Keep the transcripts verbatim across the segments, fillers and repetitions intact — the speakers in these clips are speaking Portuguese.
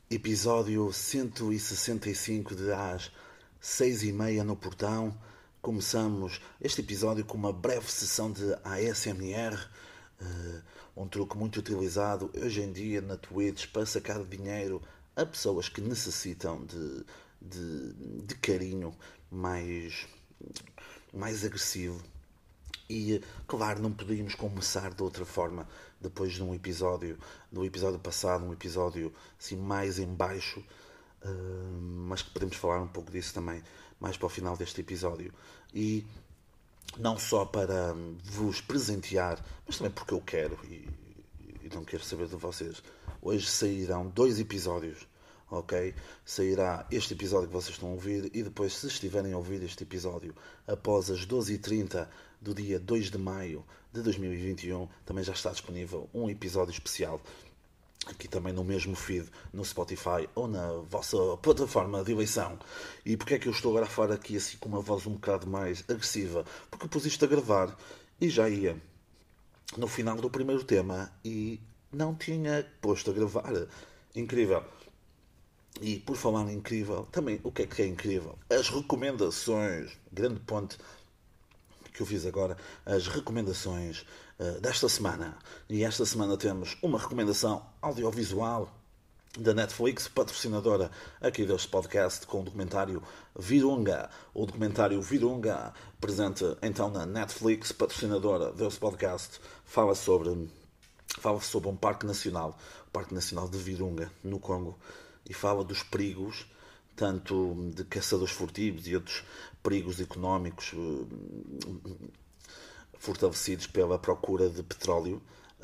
Episódio cento e sessenta e cinco de às seis e meia no portão. Começamos este episódio com uma breve sessão de A S M R, uh, um truque muito utilizado hoje em dia na Twitch para sacar dinheiro a pessoas que necessitam de, de, de carinho mais, mais agressivo. E, claro, não podíamos começar de outra forma depois de um episódio, do episódio passado, um episódio assim mais em baixo, uh, mas que podemos falar um pouco disso também mais para o final deste episódio. E não só para vos presentear, mas também porque eu quero e, e não quero saber de vocês. Hoje sairão dois episódios. Ok? Sairá este episódio que vocês estão a ouvir e depois, se estiverem a ouvir este episódio após as doze e trinta do dia dois de maio de dois mil e vinte e um, também já está disponível um episódio especial aqui também no mesmo feed, no Spotify ou na vossa plataforma de eleição. E porque é que eu estou agora a falar aqui assim com uma voz um bocado mais agressiva? Porque eu pus isto a gravar e já ia no final do primeiro tema e não tinha posto a gravar. Incrível. E por falar em incrível, também o que é que é incrível? As recomendações, grande ponto que eu fiz agora, as recomendações uh, desta semana. E esta semana temos uma recomendação audiovisual da Netflix, patrocinadora aqui deste podcast, com o documentário Virunga. O documentário Virunga, presente então na Netflix, patrocinadora deste podcast, fala sobre, fala sobre um parque nacional, o Parque Nacional de Virunga, no Congo, e fala dos perigos, tanto de caçadores furtivos e outros perigos económicos fortalecidos pela procura de petróleo,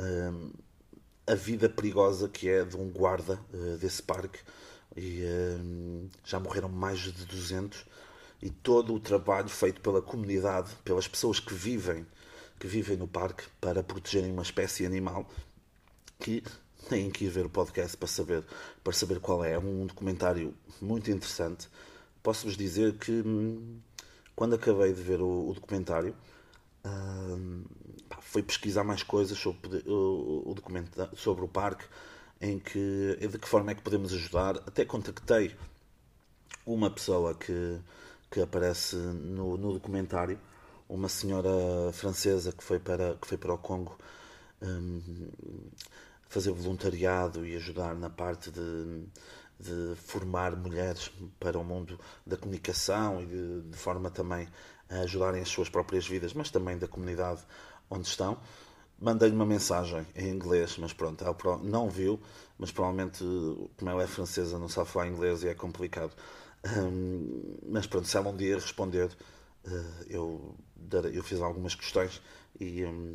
a vida perigosa que é de um guarda desse parque, e já morreram mais de duzentos, e todo o trabalho feito pela comunidade, pelas pessoas que vivem, que vivem no parque para protegerem uma espécie animal que têm que ir ver o podcast para saber, para saber qual é. É um documentário muito interessante. Posso-vos dizer que quando acabei de ver o, o documentário, uh, fui pesquisar mais coisas sobre o, o documentário, sobre o parque, em que, de que forma é que podemos ajudar. Até contactei uma pessoa que, que aparece no, no documentário, uma senhora francesa que foi para, que foi para o Congo um, fazer voluntariado e ajudar na parte de, de formar mulheres para o mundo da comunicação e de, de forma também a ajudarem as suas próprias vidas, mas também da comunidade onde estão. Mandei-lhe uma mensagem em inglês, mas pronto, ela não viu, mas provavelmente, como ela é francesa, não sabe falar inglês e é complicado. Um, mas pronto, se ela um dia responder, uh, eu, darei, eu fiz algumas questões e... Um,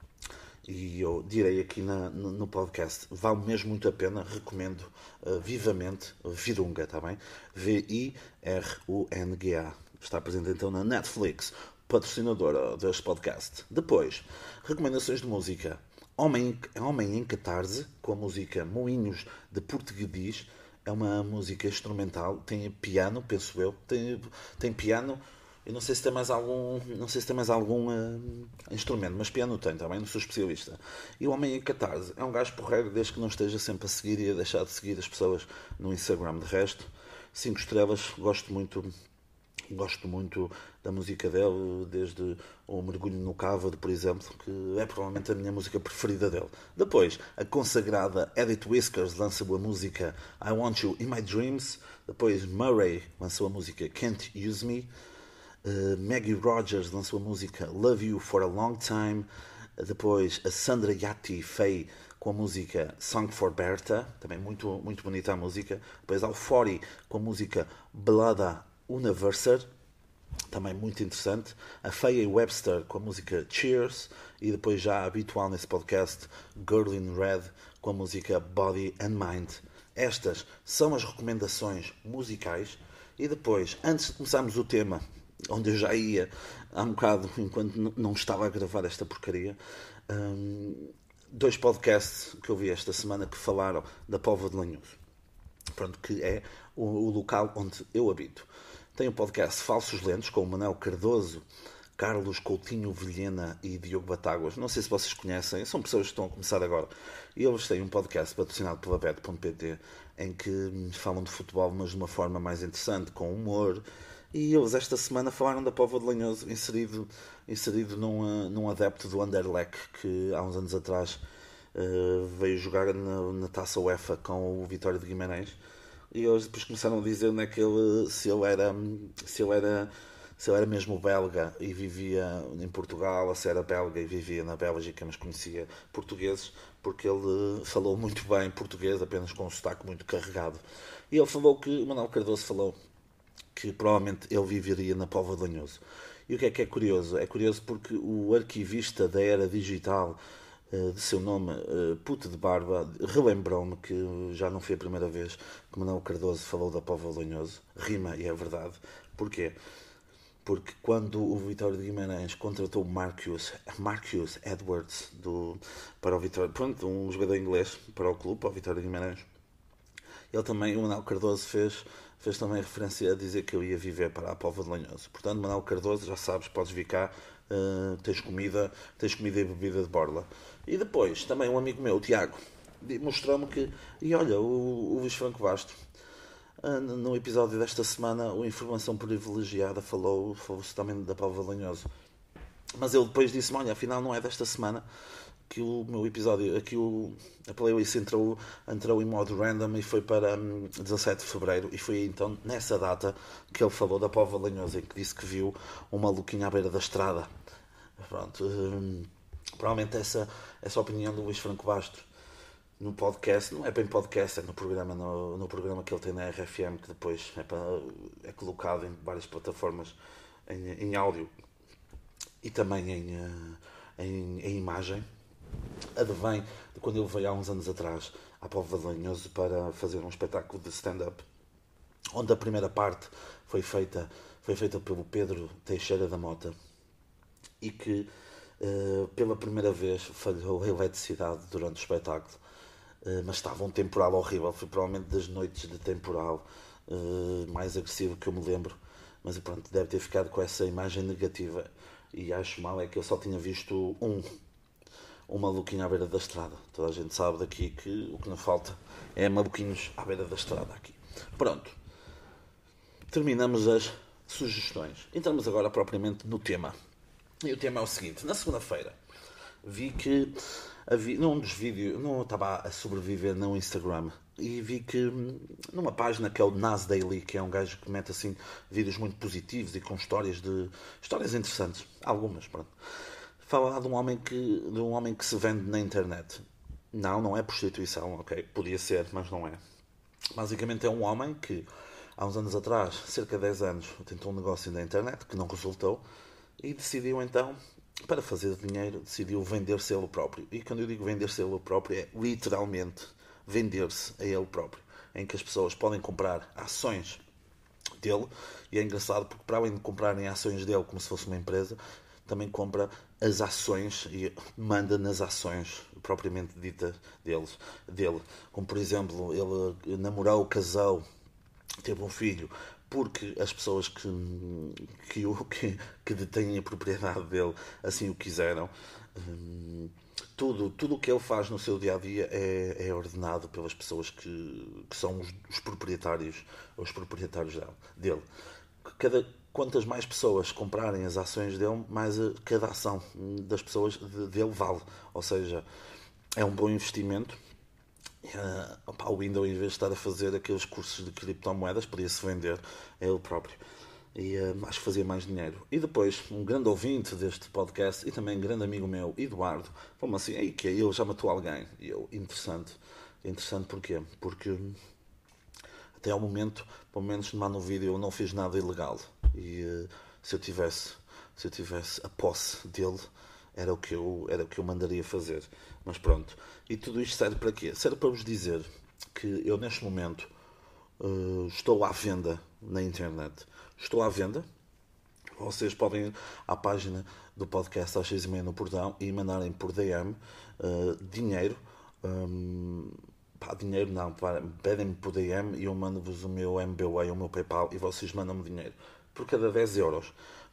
e eu direi aqui na, no, no podcast, vale mesmo muito a pena, recomendo uh, vivamente Virunga, está bem? V I R U N G A. Está presente então na Netflix, patrocinadora deste podcast. Depois, recomendações de música. Homem, Homem em Catarse, com a música Moinhos de Português. É uma música instrumental, tem piano, penso eu, tem, tem piano. Eu não sei se tem mais algum, não sei se tem mais algum uh, instrumento, mas piano tem também, não sou especialista. E o Homem em Catarse é um gajo porreiro, desde que não esteja sempre a seguir e a deixar de seguir as pessoas no Instagram. De resto, cinco estrelas, gosto muito, gosto muito da música dele, desde o Mergulho no Cávado, por exemplo, que é provavelmente a minha música preferida dele. Depois, a consagrada Edith Whiskers lança a música I Want You in My Dreams. Depois, Murray lançou a música Can't Use Me. Uh, Maggie Rogers lançou a música Love You for a Long Time. Uh, depois a Sandra Yatti Faye com a música Song for Berta, também muito, muito bonita a música. Depois Alfori com a música Blada Universer, também muito interessante. A Faye Webster com a música Cheers. E depois, já habitual nesse podcast, Girl in Red com a música Body and Mind. Estas são as recomendações musicais. E depois, antes de começarmos o tema, onde eu já ia há um bocado, enquanto não estava a gravar esta porcaria, um, dois podcasts que eu vi esta semana que falaram da Póvoa de Lanhoso, pronto, que é o, o local onde eu habito. Tem o podcast Falsos Lentos, com o Manuel Cardoso, Carlos Coutinho Vilhena e Diogo Batáguas. Não sei se vocês conhecem, são pessoas que estão a começar agora. E eles têm um podcast patrocinado pela bet ponto pt em que falam de futebol, mas de uma forma mais interessante, com humor. E eles esta semana falaram da Póvoa de Lanhoso, inserido, inserido num, num adepto do Anderlecht, que há uns anos atrás uh, veio jogar na, na Taça UEFA com o Vitória de Guimarães. E eles depois começaram a dizer né, que ele, se, ele era, se, ele era, se ele era mesmo belga e vivia em Portugal, ou se era belga e vivia na Bélgica, mas conhecia portugueses, porque ele falou muito bem português, apenas com um sotaque muito carregado. E ele falou que, o Manuel Cardoso falou que provavelmente ele viveria na Póvoa de Lanhoso. E o que é que é curioso? É curioso porque o arquivista da era digital, de seu nome, Puto de Barba, relembrou-me que já não foi a primeira vez que Manuel Cardoso falou da Póvoa de Lanhoso. Rima, e é verdade. Porquê? Porque quando o Vitória de Guimarães contratou Marcus, Marcus Edwards do, para o Vitória, pronto, um jogador inglês para o clube, para o Vitória de Guimarães, ele também, o Manuel Cardoso fez, fez também referência a dizer que eu ia viver para a Póvoa de Lanhoso. Portanto, Manuel Cardoso, já sabes, podes vir cá, uh, tens comida, tens comida e bebida de borla. E depois, também um amigo meu, o Tiago, mostrou-me que, e olha, o, o Luís Franco Basto, uh, no episódio desta semana, o Informação Privilegiada falou, falou-se também da Póvoa de Lanhoso. Mas ele depois disse-me, olha, afinal não é desta semana, que o meu episódio, aqui o, a playlist entrou, entrou em modo random e foi para hum, dezassete de fevereiro, e foi então nessa data que ele falou da Póvoa de Lanhoso, em que disse que viu um maluquinho à beira da estrada. Pronto, hum, provavelmente essa, essa opinião do Luís Franco Basto no podcast, não é bem podcast, é no programa, no, no programa que ele tem na R F M, que depois é, para, é colocado em várias plataformas em, em áudio e também em, em, em imagem. Advém de quando ele veio há uns anos atrás à Póvoa de Lanhoso para fazer um espetáculo de stand-up, onde a primeira parte foi feita, foi feita pelo Pedro Teixeira da Mota e que uh, pela primeira vez falhou a eletricidade durante o espetáculo, uh, mas estava um temporal horrível, foi provavelmente das noites de temporal uh, mais agressivo que eu me lembro, mas pronto, deve ter ficado com essa imagem negativa, e acho mal é que eu só tinha visto um um maluquinho à beira da estrada. Toda a gente sabe daqui que o que não falta é maluquinhos à beira da estrada aqui. Pronto. Terminamos as sugestões. Entramos agora propriamente no tema. E o tema é o seguinte. Na segunda-feira vi que havia, num dos vídeos, não estava a sobreviver no Instagram, e vi que numa página que é o Nas Daily, que é um gajo que mete assim vídeos muito positivos e com histórias de histórias interessantes. Algumas, pronto. Falar de um homem que de um homem que se vende na internet. Não, não é prostituição, ok? Podia ser, mas não é. Basicamente é um homem que há uns anos atrás, cerca de dez anos, tentou um negócio na internet que não resultou e decidiu então, para fazer dinheiro, decidiu vender-se a ele próprio. E quando eu digo vender-se a ele próprio, é literalmente vender-se a ele próprio, em que as pessoas podem comprar ações dele, e é engraçado porque para além de comprarem ações dele como se fosse uma empresa, também compra as ações e manda nas ações propriamente ditas deles, dele. Como, por exemplo, ele namorou, casou, teve um filho, porque as pessoas que, que, que, que detêm a propriedade dele assim o quiseram. Tudo, tudo o que ele faz no seu dia-a-dia é, é ordenado pelas pessoas que, que são os, os proprietários, os proprietários dele. Cada, quantas mais pessoas comprarem as ações dele, mais a, cada ação das pessoas de, dele vale. Ou seja, é um bom investimento. Uh, opa, o Windows, em vez de estar a fazer aqueles cursos de criptomoedas, podia-se vender a ele próprio. E uh, acho que fazia mais dinheiro. E depois, um grande ouvinte deste podcast e também um grande amigo meu, Eduardo, falou-me assim: ei, que ele já matou alguém. E eu, interessante. Interessante porquê? Porque até ao momento, pelo menos lá no vídeo, eu não fiz nada ilegal. E uh, se eu tivesse se eu tivesse a posse dele, era o que eu, era o que eu mandaria fazer. Mas pronto. E tudo isto serve para quê? Serve para vos dizer que eu neste momento uh, estou à venda na internet. Estou à venda. Vocês podem ir à página do podcast às seis e meia no Portão e mandarem por D M uh, dinheiro. Um, pá, dinheiro não, pedem-me por D M e eu mando-vos o meu M B W A e o meu PayPal e vocês mandam-me dinheiro. Por cada dez euros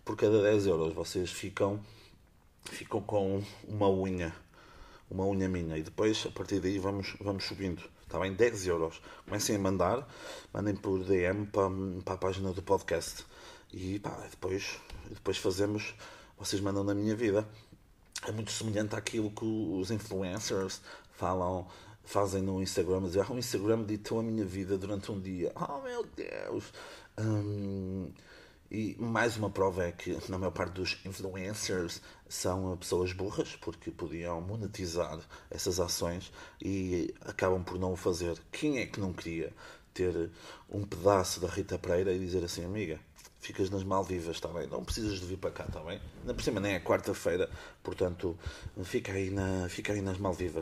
por cada dez euros vocês ficam, ficam com uma unha, uma unha minha, e depois a partir daí vamos, vamos subindo. Está bem? dez euros. Comecem a mandar, mandem por D M para, para a página do podcast. E pá, depois, depois fazemos, vocês mandam na minha vida. É muito semelhante àquilo que os influencers falam, fazem no Instagram. Dizer, ah, o Instagram ditou a minha vida durante um dia. Oh meu Deus! Hum, e mais uma prova é que na maior parte dos influencers são pessoas burras, porque podiam monetizar essas ações e acabam por não o fazer. Quem é que não queria ter um pedaço da Rita Pereira e dizer assim, amiga, ficas nas Maldivas, está bem? Não precisas de vir para cá, está bem? Na por cima nem é quarta-feira, portanto, fica aí, na, fica aí nas Maldivas.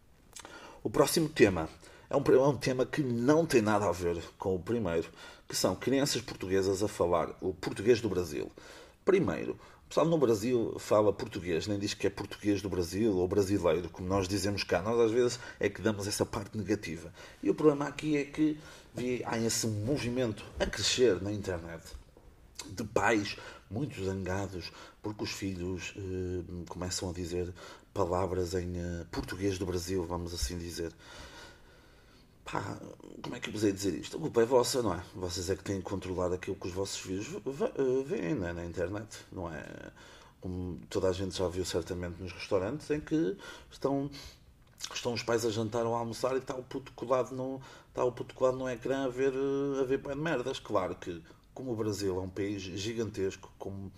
O próximo tema é um, é um tema que não tem nada a ver com o primeiro, que são crianças portuguesas a falar o português do Brasil. Primeiro, o pessoal no Brasil fala português, nem diz que é português do Brasil ou brasileiro, como nós dizemos cá. Nós às vezes é que damos essa parte negativa. E o problema aqui é que há esse movimento a crescer na internet de pais muito zangados porque os filhos eh, começam a dizer palavras em eh, português do Brasil, vamos assim dizer. Pá, como é que eu vos hei dizer isto? A culpa é vossa, não é? Vocês é que têm que controlar aquilo que os vossos filhos veem, não é? Na internet, não é? Como toda a gente já viu certamente nos restaurantes em que estão, estão os pais a jantar ou a almoçar e está o puto colado no, está o puto colado no ecrã a ver, a ver bem de merdas. Claro que, como o Brasil é um país gigantesco, com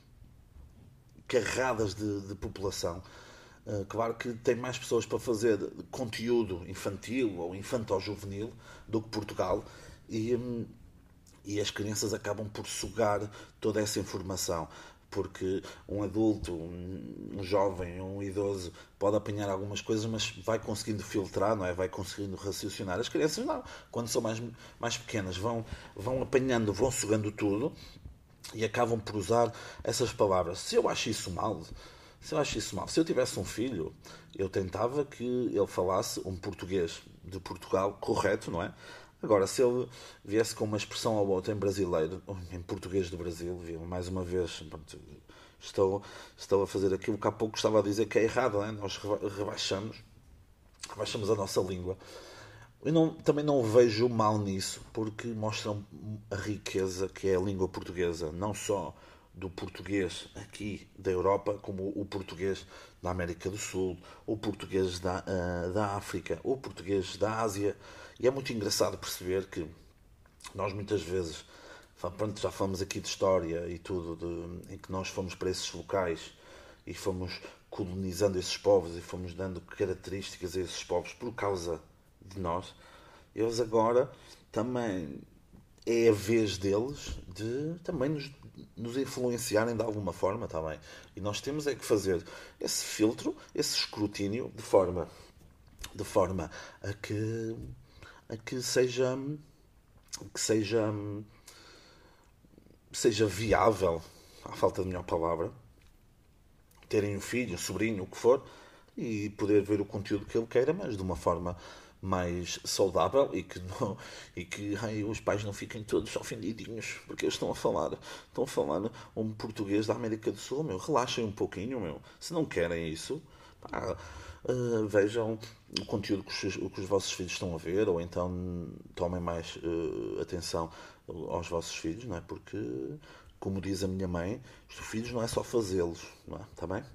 carradas de, de população, Uh, claro que tem mais pessoas para fazer conteúdo infantil ou infanto-juvenil do que Portugal e, um, e as crianças acabam por sugar toda essa informação, porque um adulto, um, um jovem, um idoso pode apanhar algumas coisas, mas vai conseguindo filtrar, não é? Vai conseguindo raciocinar. As crianças não, quando são mais, mais pequenas vão, vão apanhando, vão sugando tudo e acabam por usar essas palavras. Se eu acho isso mal, Se eu acho isso mal. Se eu tivesse um filho, eu tentava que ele falasse um português de Portugal correto, não é? Agora, se ele viesse com uma expressão ou outra em brasileiro, em português do Brasil, viu? Mais uma vez, pronto, estou, estou a fazer aquilo que há pouco estava a dizer que é errado, não é? Nós rebaixamos, rebaixamos a nossa língua. Eu não, também não vejo mal nisso, porque mostram a riqueza que é a língua portuguesa, não só do português aqui da Europa, como o português da América do Sul, o português da, uh, da África, o português da Ásia. E é muito engraçado perceber que nós muitas vezes, pronto, já falamos aqui de história e tudo, de, em que nós fomos para esses locais e fomos colonizando esses povos e fomos dando características a esses povos por causa de nós. Eles agora também é a vez deles de também nos, nos influenciarem de alguma forma, está bem? E nós temos é que fazer esse filtro, esse escrutínio, de forma, de forma a que, a que seja, que seja, seja viável, à falta de melhor palavra, terem um filho, um sobrinho, o que for, e poder ver o conteúdo que ele queira, mas de uma forma mais saudável e que, não, e que ai, os pais não fiquem todos ofendidinhos porque eles estão a falar estão a falar um português da América do Sul, meu, relaxem um pouquinho, meu. Se não querem isso, pá, uh, vejam o conteúdo que os, que os vossos filhos estão a ver, ou então tomem mais uh, atenção aos vossos filhos, não é? Porque, como diz a minha mãe, os filhos não é só fazê-los, não é? Está bem?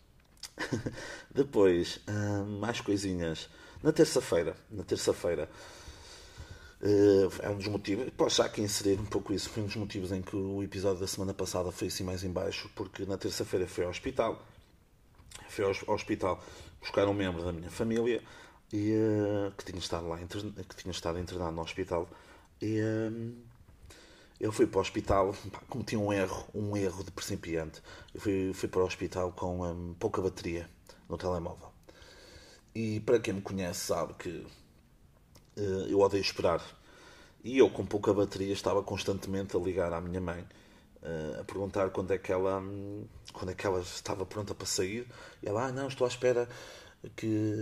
Depois, uh, mais coisinhas. Na terça-feira, na terça-feira, uh, é um dos motivos, posso já aqui inserir um pouco isso, foi um dos motivos em que o episódio da semana passada foi assim mais em baixo, porque na terça-feira fui ao hospital, fui ao, ao hospital buscar um membro da minha família e, uh, que, tinha estado lá, que tinha estado internado no hospital, e uh, eu fui para o hospital, pá, cometi um erro, um erro de principiante, eu fui, fui para o hospital com um, pouca bateria no telemóvel. E para quem me conhece sabe que uh, eu odeio esperar. E eu, com pouca bateria, estava constantemente a ligar à minha mãe, uh, a perguntar quando é que ela um, quando é que ela estava pronta para sair. E ela, ah, não, estou à espera que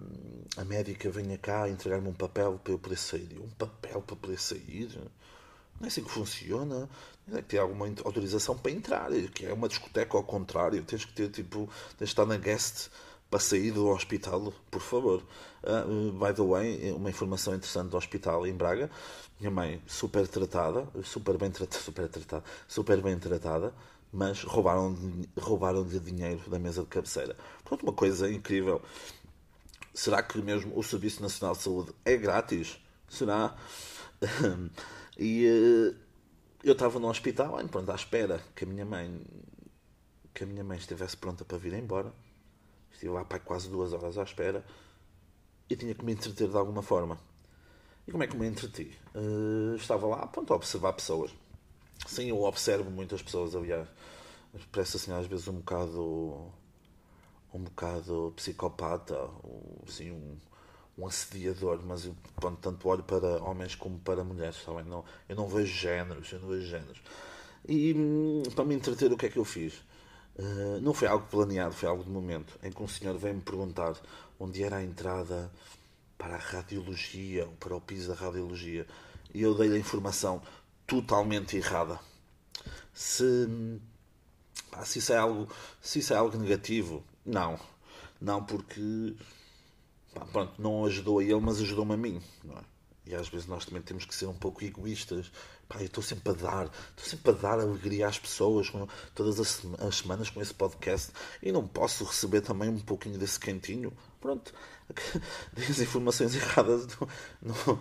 a médica venha cá entregar-me um papel para eu poder sair. E um papel para poder sair? Não é assim que funciona. É que ter alguma autorização para entrar, que é uma discoteca ao contrário. Tens que ter, tipo, tens de estar na guest para sair do hospital, por favor. Uh, by the way, uma informação interessante do hospital em Braga. Minha mãe, super tratada, super bem tratada, super tratada, super bem tratada, mas roubaram, roubaram-lhe dinheiro da mesa de cabeceira. Portanto, uma coisa incrível. Será que mesmo o Serviço Nacional de Saúde é grátis? Será? E uh, eu estava no hospital, pronto, à espera que a minha mãe que a minha mãe estivesse pronta para vir embora. Estive lá para quase duas horas à espera e tinha que me entreter de alguma forma. E como é que me entreti? Uh, estava lá, pronto, a observar pessoas. Sim, eu observo muitas pessoas, aliás. Parece assim às vezes um bocado um bocado psicopata, assim, um, um assediador, mas eu, pronto, tanto olho para homens como para mulheres, tá bem? Não, eu não vejo géneros, eu não vejo géneros. E hum, para me entreter, o que é que eu fiz? Uh, não foi algo planeado, foi algo de momento, em que um senhor veio-me perguntar onde era a entrada para a radiologia, ou para o piso da radiologia, e eu dei-lhe a informação totalmente errada. Se, pá, se, isso é algo, se isso é algo negativo, não. Não, porque pá, pronto, não ajudou a ele, mas ajudou-me a mim. Não é? E às vezes nós também temos que ser um pouco egoístas. Pá, eu estou sempre a dar, estou sempre a dar alegria às pessoas todas as, as semanas com esse podcast e não posso receber também um pouquinho desse quentinho. Pronto, dei as informações erradas do, no,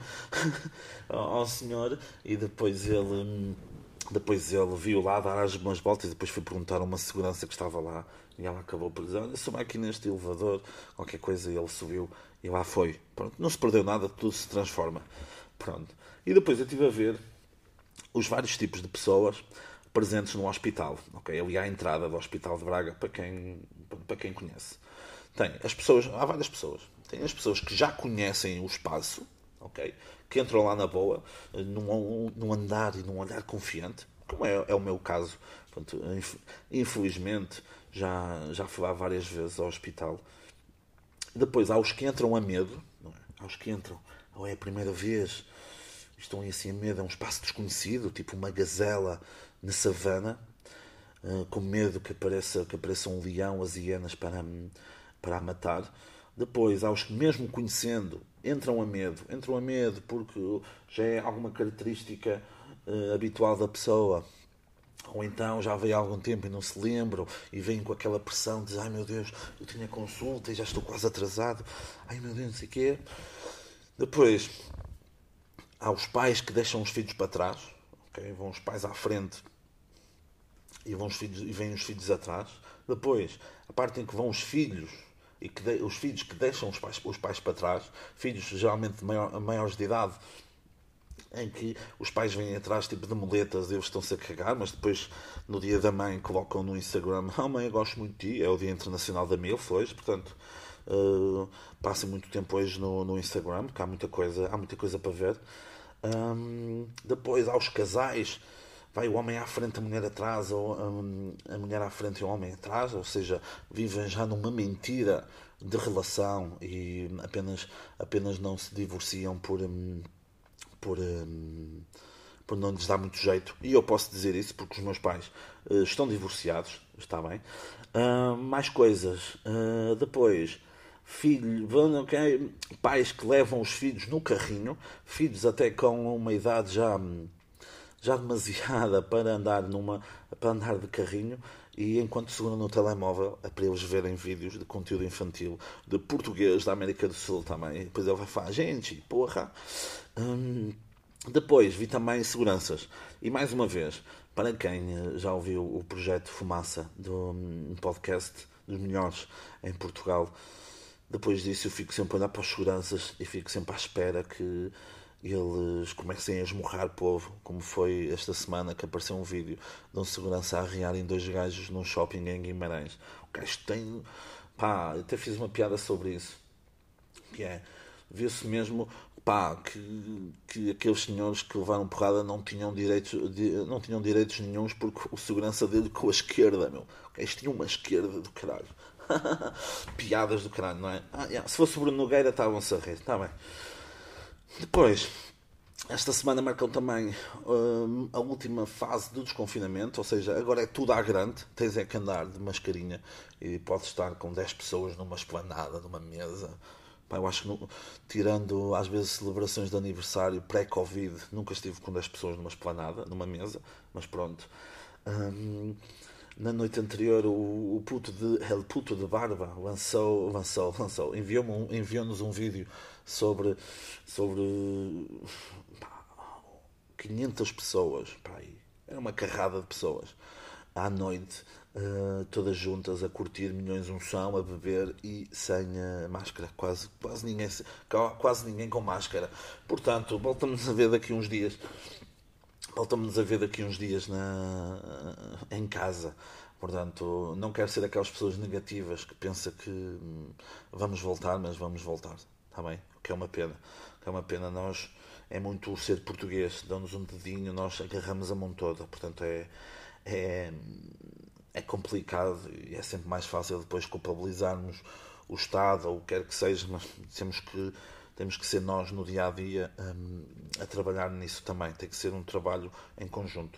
ao senhor e depois ele. Depois ele viu lá dar as umas voltas e depois foi perguntar a uma segurança que estava lá e ela acabou por dizer, olha, suba aqui neste elevador, qualquer coisa, e ele subiu e lá foi. Pronto, não se perdeu nada, tudo se transforma. Pronto. E depois eu estive a ver os vários tipos de pessoas presentes no hospital. Okay? Ali à entrada do Hospital de Braga, para quem, para quem conhece. Tem as pessoas, há várias pessoas. Tem as pessoas que já conhecem o espaço, okay? Que entram lá na boa, num, num andar e num olhar confiante, como é, é o meu caso. Portanto, infelizmente, já, já fui lá várias vezes ao hospital. Depois há os que entram a medo, não é? Há os que entram, ou é a primeira vez, estão assim a medo, é um espaço desconhecido, tipo uma gazela na savana, com medo que apareça, que apareça um leão, as hienas para, para a matar. Depois há os que, mesmo conhecendo, entram a medo. Entram a medo porque já é alguma característica uh, habitual da pessoa. Ou então já veio há algum tempo e não se lembram e vêm com aquela pressão de ai meu Deus, eu tinha consulta e já estou quase atrasado. Ai meu Deus, não sei o quê. Depois há os pais que deixam os filhos para trás. Okay? Vão os pais à frente e, vão os filhos, e vêm os filhos atrás. Depois, a parte em que vão os filhos e que de, os filhos que deixam os pais, os pais para trás, filhos geralmente de maior, maiores de idade, em que os pais vêm atrás tipo de muletas e eles estão-se a cagar, mas depois no dia da mãe colocam no Instagram, ah oh, mãe, eu gosto muito de ti, é o Dia Internacional da MILF hoje, portanto uh, passem muito tempo hoje no, no Instagram, porque há muita coisa, há muita coisa para ver. Um, depois há os casais, vai o homem à frente, a mulher atrás, ou um, a mulher à frente e o homem atrás, ou seja, vivem já numa mentira de relação e apenas, apenas não se divorciam por, um, por, um, por não lhes dar muito jeito. E eu posso dizer isso porque os meus pais uh, estão divorciados, está bem. Uh, mais coisas. Uh, depois, filho, okay, pais que levam os filhos no carrinho, filhos até com uma idade já... já demasiada para andar, numa, para andar de carrinho e enquanto seguram no telemóvel é para eles verem vídeos de conteúdo infantil de português da América do Sul também. E depois ele vai falar, gente, porra. Hum, depois vi também seguranças. E mais uma vez, para quem já ouviu o projeto Fumaça, do um podcast dos melhores em Portugal, depois disso eu fico sempre a olhar para os seguranças e fico sempre à espera que eles comecem a esmurrar povo, como foi esta semana que apareceu um vídeo de um segurança a arriar em dois gajos num shopping em Guimarães. O gajo tem... pá, até fiz uma piada sobre isso. Que é, viu-se mesmo, pá, que, que aqueles senhores que levaram porrada não tinham direitos, não tinham direitos nenhuns porque o segurança dele com a esquerda, meu. O gajo tinha uma esquerda do caralho. Piadas do caralho, não é? Ah, yeah. Se fosse o Bruno Nogueira estavam-se a rir, está bem. Depois, Esta semana marcam também hum, a última fase do desconfinamento, ou seja, agora é tudo à grande, tens é que andar de mascarinha e podes estar com dez pessoas numa esplanada, numa mesa. Pá, eu acho que, no- tirando às vezes celebrações de aniversário pré-Covid, nunca estive com dez pessoas numa esplanada, numa mesa, mas pronto. Hum, Na noite anterior, o, o puto de, El Puto de Barba lançou, lançou, lançou, enviou-me um- enviou-nos um vídeo sobre, sobre quinhentas pessoas, pá, aí. Era uma carrada de pessoas, à noite, eh, todas juntas a curtir milhões um som, a beber e sem eh, máscara, quase, quase, ninguém, se- quase ninguém com máscara. Portanto, voltamos a ver daqui uns dias, voltamos a ver daqui uns dias na, em casa. Portanto, não quero ser aquelas pessoas negativas que pensam que hum, vamos voltar, mas vamos voltar, está bem? O que é uma pena, o que é uma pena. Nós, é muito o ser português, dão-nos um dedinho, nós agarramos a mão toda. Portanto, é, é, é complicado e é sempre mais fácil depois culpabilizarmos o Estado ou o que quer que seja, mas temos que, temos que ser nós no dia a dia hum, a trabalhar nisso também. Tem que ser um trabalho em conjunto.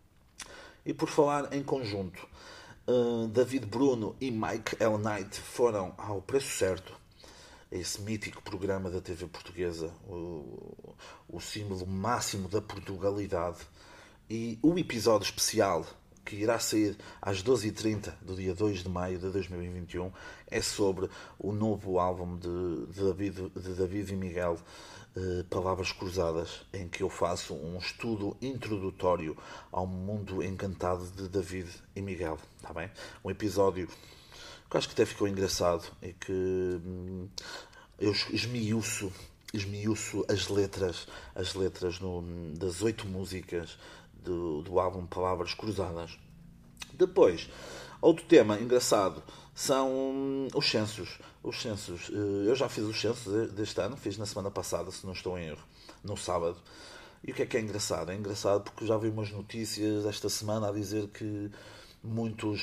E por falar em conjunto, uh, David Bruno e Mike L. Knight foram ao Preço Certo, esse mítico programa da T V portuguesa, o, o símbolo máximo da Portugalidade, e o episódio especial que irá sair às doze e trinta do dia dois de maio de dois mil e vinte e um é sobre o novo álbum de, de, David, de David e Miguel, eh, Palavras Cruzadas, em que eu faço um estudo introdutório ao mundo encantado de David e Miguel. Está bem? Um episódio que eu acho que até ficou engraçado e que hum, eu esmiuço, esmiuço as letras, as letras no, das oito músicas do, do álbum Palavras Cruzadas. Depois, outro tema engraçado são os censos. Os censos. Eu já fiz os censos deste ano, fiz na semana passada, se não estou em erro, no sábado. E o que é que é engraçado? É engraçado porque já vi umas notícias esta semana a dizer que muitos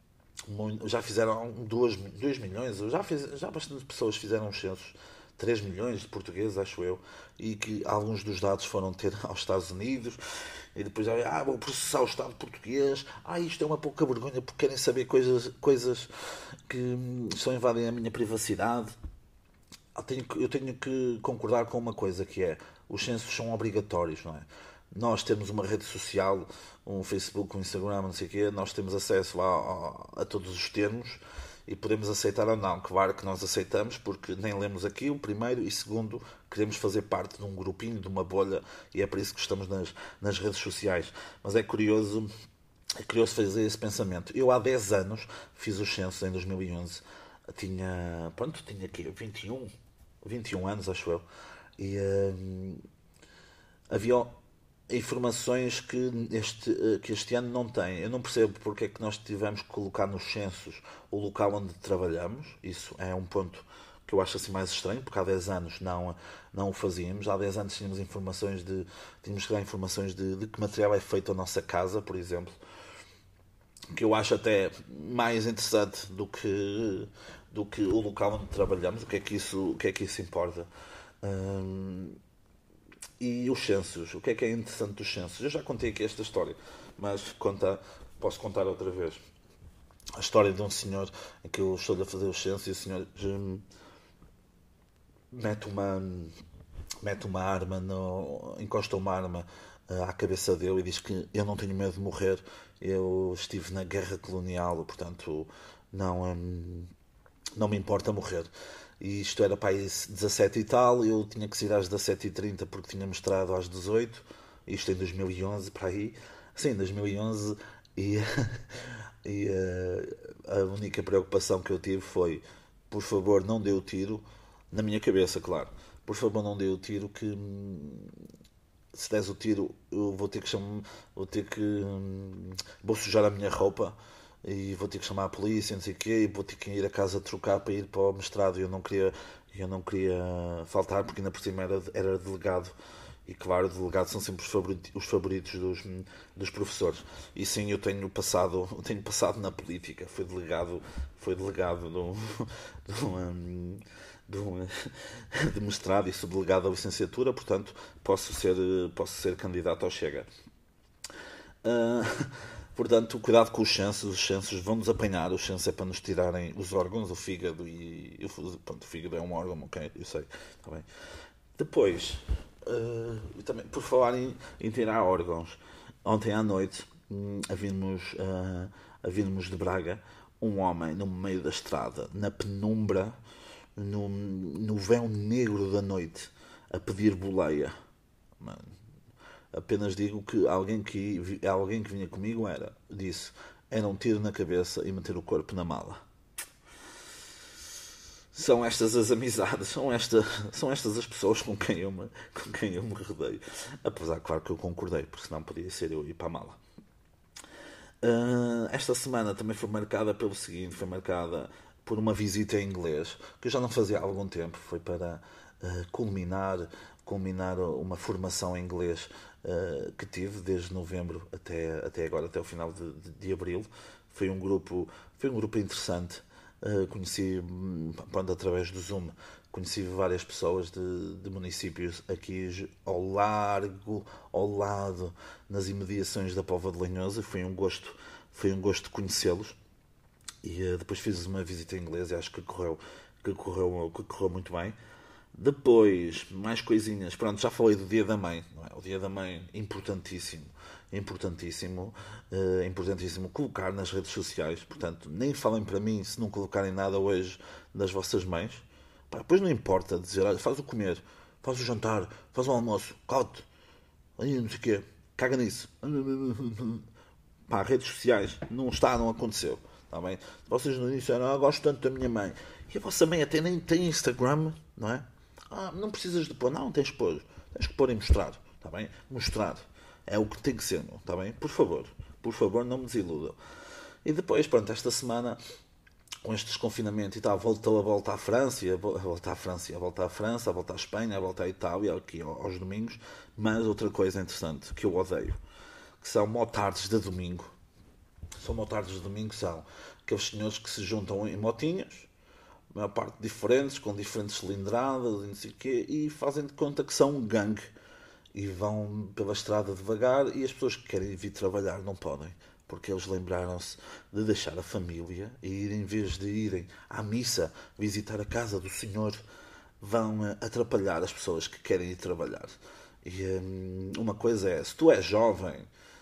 já fizeram dois milhões, já, fiz, já bastante pessoas fizeram os censos, três milhões de portugueses, acho eu, e que alguns dos dados foram ter aos Estados Unidos, e depois, ah, vou processar o Estado português, ah, isto é uma pouca vergonha porque querem saber coisas, coisas que estão invadem a minha privacidade. Eu tenho, eu tenho que concordar com uma coisa que é, os censos são obrigatórios, não é? Nós temos uma rede social, um Facebook, um Instagram, não sei o quê, nós temos acesso a, a, a todos os termos e podemos aceitar ou não. Claro que nós aceitamos porque nem lemos aquilo, primeiro, e segundo, queremos fazer parte de um grupinho, de uma bolha, e é por isso que estamos nas, nas redes sociais. Mas é curioso, é curioso fazer esse pensamento. Eu há dez anos fiz os censos em dois mil e onze, tinha, pronto, tinha aqui vinte e um, vinte e um anos, acho eu, e hum, havia informações que este, que este ano não tem. Eu não percebo porque é que nós tivemos que colocar nos censos o local onde trabalhamos. Isso é um ponto que eu acho assim mais estranho, porque há dez anos não, não o fazíamos. Há dez anos tínhamos informações de. Tínhamos que dar informações de, de que material é feito a nossa casa, por exemplo. Que eu acho até mais interessante do que, do que o local onde trabalhamos. O que é que isso, o que é que isso importa? Hum, e os censos, o que é que é interessante dos censos? Eu já contei aqui esta história, mas conta, posso contar outra vez. A história de um senhor em que eu estou a fazer os censos e o senhor hum, mete uma, mete uma arma, no, encosta uma arma uh, à cabeça dele e diz que eu não tenho medo de morrer, eu estive na guerra colonial, portanto não, hum, não me importa morrer. E isto era para aí dezassete e tal, eu tinha que sair às dezassete e trinta porque tinha mostrado às dezoito, isto em dois mil e onze, para aí, sim, dois mil e onze, e, e uh, a única preocupação que eu tive foi, por favor, não dê o tiro, na minha cabeça, claro, por favor, não dê o tiro que hum, se des o tiro eu vou ter que chamar, vou ter que hum, vou sujar a minha roupa e vou ter que chamar a polícia, não sei o quê, e vou ter que ir a casa trocar para ir para o mestrado. Eu não queria, eu não queria faltar, porque ainda por cima era, era delegado E claro, o delegado são sempre os favoritos, os favoritos dos, dos professores. E sim, eu tenho passado, tenho passado na política. Fui delegado, fui delegado de um, de um, de, um, de mestrado e subdelegado da licenciatura, portanto posso ser, posso ser candidato ao Chega. Uh, portanto, cuidado com os chances, os chances vão nos apanhar, os chances é para nos tirarem os órgãos, o fígado e. Pronto, o fígado é um órgão, ok, eu sei, está bem. Depois, uh, também, por falar em, em tirar órgãos, ontem à noite, hum, a, virmos, uh, a virmos de Braga um homem no meio da estrada, na penumbra, no, no véu negro da noite, a pedir boleia. Mano, apenas digo que alguém que, alguém que vinha comigo era, disse, era um tiro na cabeça e meter o corpo na mala. São estas as amizades, são, esta, são estas as pessoas com quem, eu me, com quem eu me rodeio. Apesar, claro, que eu concordei, porque senão podia ser eu ir para a mala. Uh, esta semana também foi marcada pelo seguinte, foi marcada por uma visita em inglês, que eu já não fazia há algum tempo, foi para uh, culminar, culminar uma formação em inglês uh, que tive desde novembro até, até agora, até o final de, de, de abril. Foi um grupo, foi um grupo interessante. Uh, conheci, pronto, através do Zoom, conheci várias pessoas de, de municípios aqui ao largo, ao lado, nas imediações da Póvoa de Lanhoso. Foi um gosto, foi um gosto conhecê-los. E uh, depois fiz uma visita em inglês e acho que correu, que correu, que correu muito bem. Depois, mais coisinhas. Pronto, já falei do Dia da Mãe, não é? O Dia da Mãe, importantíssimo. Importantíssimo, é importantíssimo colocar nas redes sociais. Portanto, nem falem para mim se não colocarem nada hoje das vossas mães. Pá, depois não importa dizer, olha, faz o comer, faz o jantar, faz o almoço, cote, aí não sei o quê, caga nisso. Pá, redes sociais, não está, não aconteceu. Tá bem? Vocês não disseram, ah, gosto tanto da minha mãe. E a vossa mãe até nem tem Instagram, não é? Ah, não precisas de pôr, não, tens que pôr. Tens que pôr e mostrar, tá bem? Mostrar. É o que tem que ser, está bem? Por favor, por favor, não me desiludam. E depois, pronto, esta semana, com este desconfinamento e tal, voltou a volta à França, a volta à França, a volta à França, a volta à Espanha, a volta à Itália, aqui aos domingos. Mas outra coisa interessante, que eu odeio, que são motards de domingo. São motards de domingo, são aqueles senhores que se juntam em motinhas, a maior parte diferentes, com diferentes cilindradas e não sei o quê, e fazem de conta que são um gangue. E vão pela estrada devagar e as pessoas que querem vir trabalhar não podem, porque eles lembraram-se de deixar a família e ir, em vez de irem à missa, visitar a casa do Senhor, vão atrapalhar as pessoas que querem ir trabalhar. E hum, uma coisa é, se tu és jovem,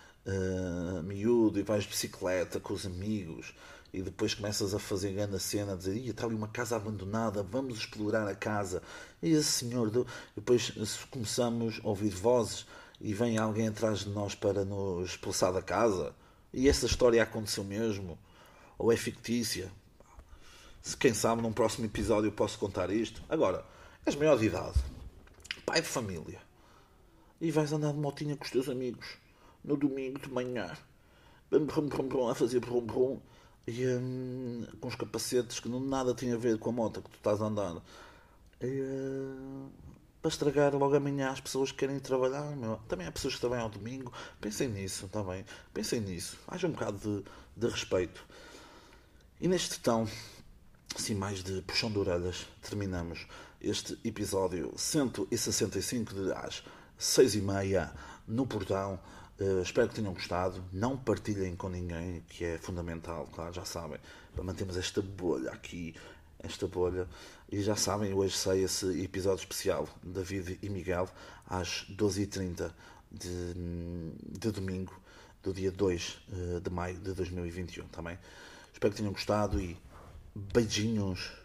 uh, miúdo, e vais de bicicleta com os amigos, e depois começas a fazer grande cena, a dizer, está ali uma casa abandonada, vamos explorar a casa. E esse senhor, depois começamos a ouvir vozes e vem alguém atrás de nós para nos expulsar da casa. E essa história aconteceu mesmo? Ou é fictícia? Se quem sabe num próximo episódio eu posso contar isto. Agora, és maior de idade, pai de família, e vais andar de motinha com os teus amigos no domingo de manhã, brum, brum, brum, a fazer brum, brum, e hum, com os capacetes que não nada tem a ver com a moto que tu estás a andar, e, hum, para estragar logo amanhã as pessoas que querem trabalhar, meu. Também há pessoas que trabalham ao domingo. Pensem nisso, está bem? Pensem nisso, haja um bocado de, de respeito. E neste tão, assim, mais de puxão de orelhas, terminamos este episódio cento e sessenta e cinco de às seis e meia no portão. Uh, espero que tenham gostado. Não partilhem com ninguém, que é fundamental, claro, já sabem, para mantermos esta bolha aqui, esta bolha. E já sabem, hoje sai esse episódio especial, David e Miguel, às doze e trinta de, de domingo, do dia dois de maio de dois mil e vinte e um, tá bem? Espero que tenham gostado e beijinhos.